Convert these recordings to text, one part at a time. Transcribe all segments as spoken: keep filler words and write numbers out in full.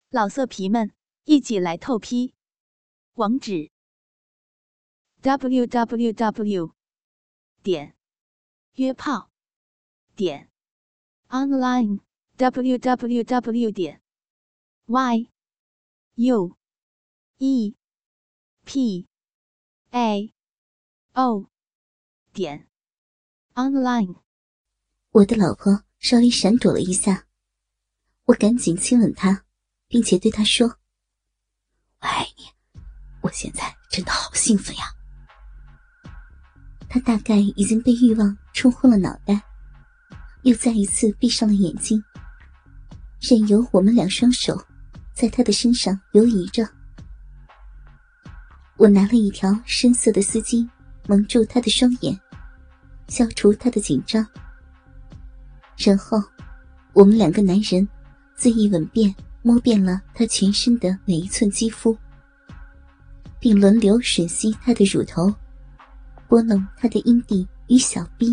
老色皮们，一起来透批！网址 ：double u double u double u 点约炮点 online double u double u double u 点 y u e p a o 点 online。 我的老婆稍微闪躲了一下，我赶紧亲吻她，并且对她说：“我爱你，我现在真的好兴奋呀。”她大概已经被欲望冲昏了脑袋，又再一次闭上了眼睛，任由我们两双手在她的身上游移着。我拿了一条深色的丝巾蒙住她的双眼，消除她的紧张。然后我们两个男人恣意吻遍摸遍了她全身的每一寸肌肤，并轮流吮吸她的乳头，拨弄她的阴蒂与小臂。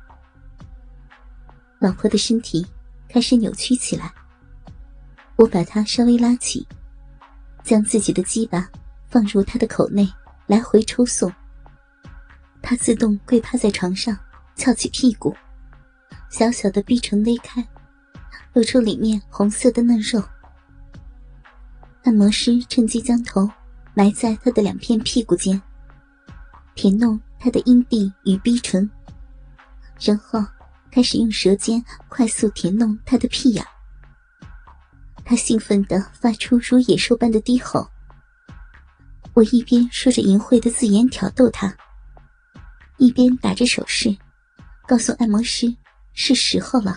老婆的身体开始扭曲起来，我把她稍微拉起，将自己的鸡巴放入她的口内，来回抽送。她自动跪趴在床上，翘起屁股，小小的逼唇勒开，露出里面红色的嫩肉。按摩师趁机将头埋在她的两片屁股间，舔弄她的阴蒂与逼唇，然后开始用舌尖快速舔弄她的屁眼。她兴奋地发出如野兽般的低吼。我一边说着淫秽的字眼挑逗她，一边打着手势告诉按摩师是时候了。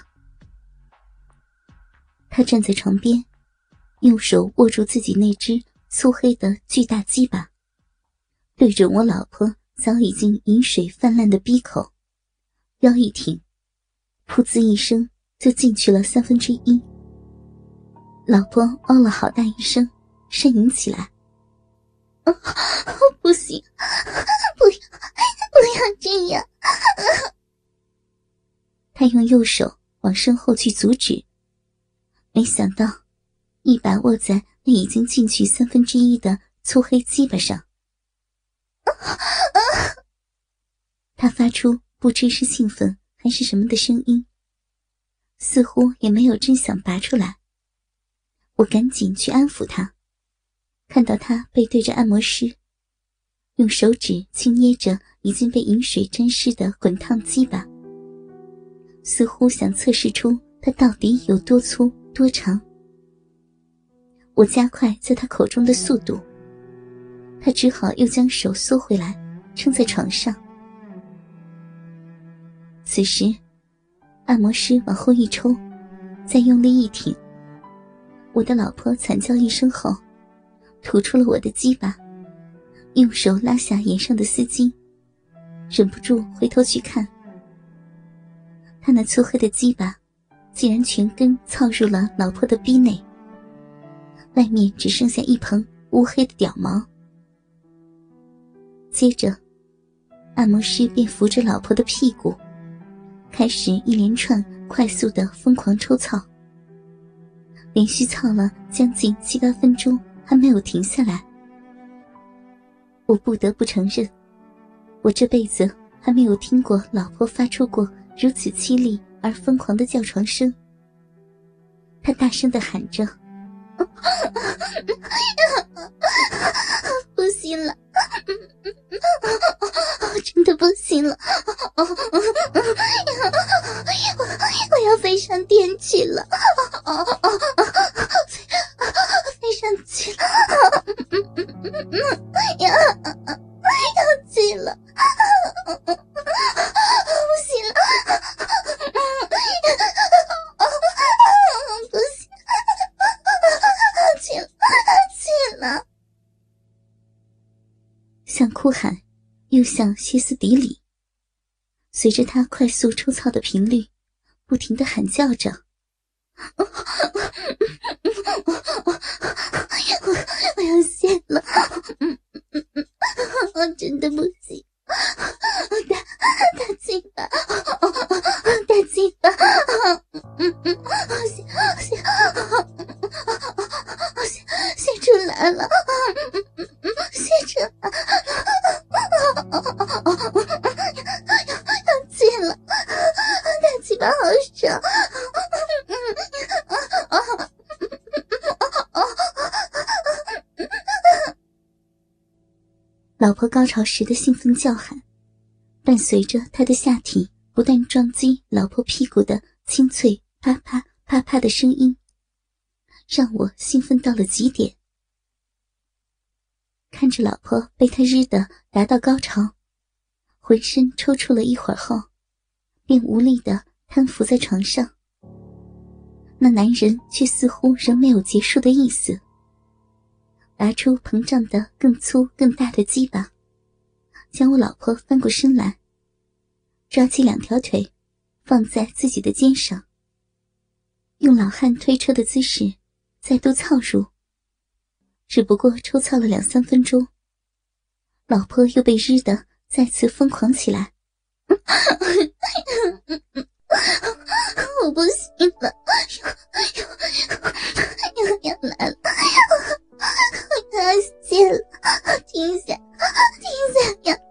他站在床边，用手握住自己那只粗黑的巨大鸡巴，对准我老婆早已经饮水泛滥的逼口，腰一挺，噗呲一声就进去了三分之一。老婆哦了好大一声，呻吟起来。哦，不行，不要，不要这样。他用右手往身后去阻止，没想到一把握在那已经进去三分之一的粗黑鸡巴上。他发出不知是兴奋还是什么的声音，似乎也没有真想拔出来。我赶紧去安抚他，看到他背对着按摩师，用手指轻捏着已经被饮水沾湿的滚烫鸡巴，似乎想测试出它到底有多粗多长。我加快在他口中的速度，他只好又将手缩回来，撑在床上。此时按摩师往后一抽，再用力一挺，我的老婆惨叫一声后吐出了我的鸡巴，用手拉下眼上的丝巾，忍不住回头去看。他那粗黑的鸡巴竟然全根操入了老婆的逼内，外面只剩下一蓬乌黑的屌毛。接着按摩师便扶着老婆的屁股，开始一连串快速的疯狂抽操，连续操了将近七八分钟还没有停下来。我不得不承认，我这辈子还没有听过老婆发出过如此凄厉而疯狂的叫床声。她大声地喊着：“不行了，真的不行了，我要飞上天去了，飞上去了，要要去了，不行了，不行，去了去了。”像哭喊，又像歇斯底里，随着他快速抽操的频率，不停地喊叫着：“我要泄了，我真的不行，大大鸡巴，大鸡巴， 来了，谢成，要进了，大鸡巴好爽。老婆高潮时的兴奋叫喊，伴随着她的下体不断撞击老婆屁股的清脆啪啪啪啪的声音，让我兴奋到了极点。看着老婆被他日的达到高潮，浑身抽搐了一会儿后，便无力地瘫伏在床上。那男人却似乎仍没有结束的意思，拔出膨胀的更粗更大的鸡巴，将我老婆翻过身来，抓起两条腿放在自己的肩上，用老汉推车的姿势再度操入。只不过抽操了两三分钟，老婆又被日的再次疯狂起来。我不行了，又又要来了，我要泄了，停下，停下呀！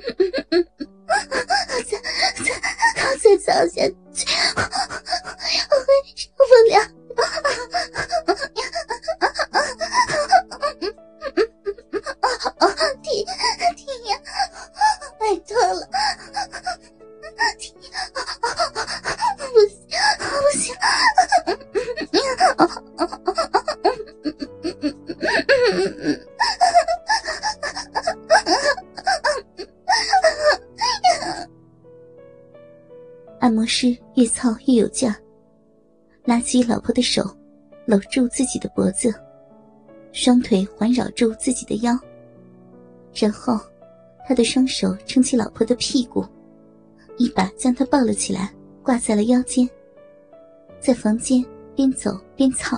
再再再操下去，我会受不了。停停呀，拜托了，停，不行不行。按摩师越操越有劲儿，拉起老婆的手，搂住自己的脖子，双腿环绕住自己的腰，然后他的双手撑起老婆的屁股，一把将她抱了起来，挂在了腰间，在房间边走边操。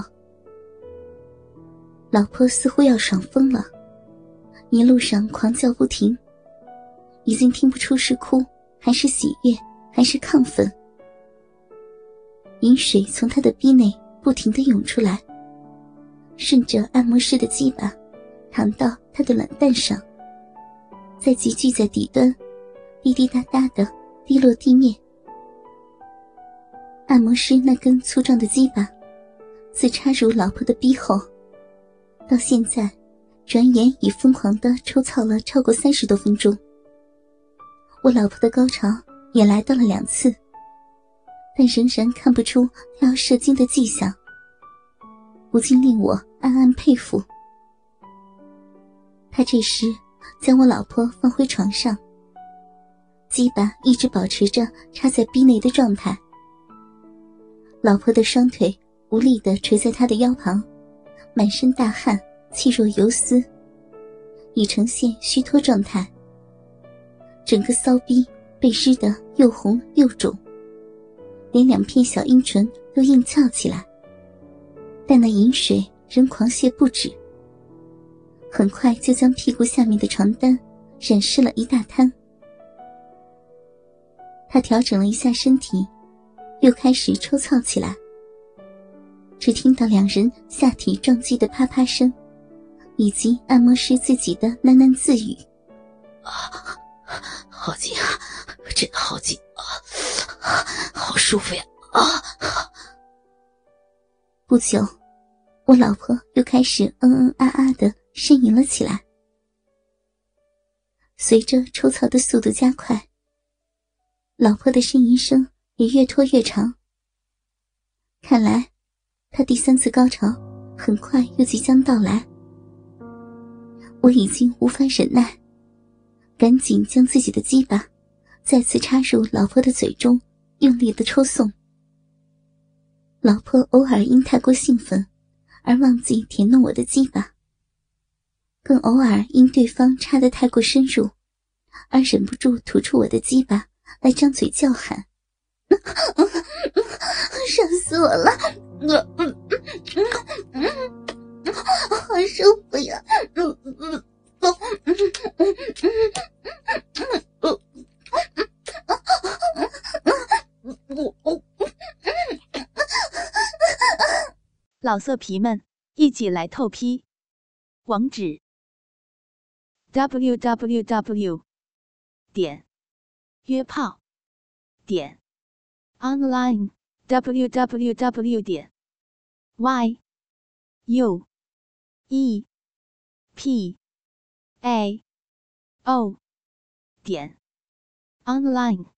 老婆似乎要爽疯了，一路上狂叫不停，已经听不出是哭还是喜悦还是亢奋。饮水从她的逼内不停地涌出来，顺着按摩师的鸡巴淌到她的卵蛋上，再集聚在底端，滴滴答答地滴落地面。按摩师那根粗壮的鸡巴自插入老婆的逼后，到现在转眼已疯狂地抽操了超过三十多分钟。我老婆的高潮也来到了两次，但仍然看不出她要射精的迹象，不禁令我暗暗佩服。他这时将我老婆放回床上，鸡巴一直保持着插在逼内的状态。老婆的双腿无力地垂在他的腰旁，满身大汗，气若游丝，已呈现虚脱状态。整个骚逼被湿得又红又肿，连两片小阴唇都硬翘起来，但那饮水仍狂泻不止，很快就将屁股下面的床单染湿了一大滩。他调整了一下身体，又开始抽操起来。只听到两人下体撞击的啪啪声，以及按摩师自己的喃喃自语： 啊，好紧啊，真的好紧啊，好舒服呀啊！ 不久，我老婆又开始嗯嗯啊啊地呻吟了起来。随着抽操的速度加快，老婆的呻吟声也越拖越长。看来她第三次高潮很快又即将到来。我已经无法忍耐，赶紧将自己的鸡巴再次插入老婆的嘴中，用力地抽送。老婆偶尔因太过兴奋而忘记舔弄我的鸡巴，更偶尔因对方插得太过深入而忍不住吐出我的鸡巴来张嘴叫喊：爽死我了，好舒服呀！ 老色皮们，一起来透批！ 网址 ：www 点约炮点 online www 点 y u e p a o 点 online。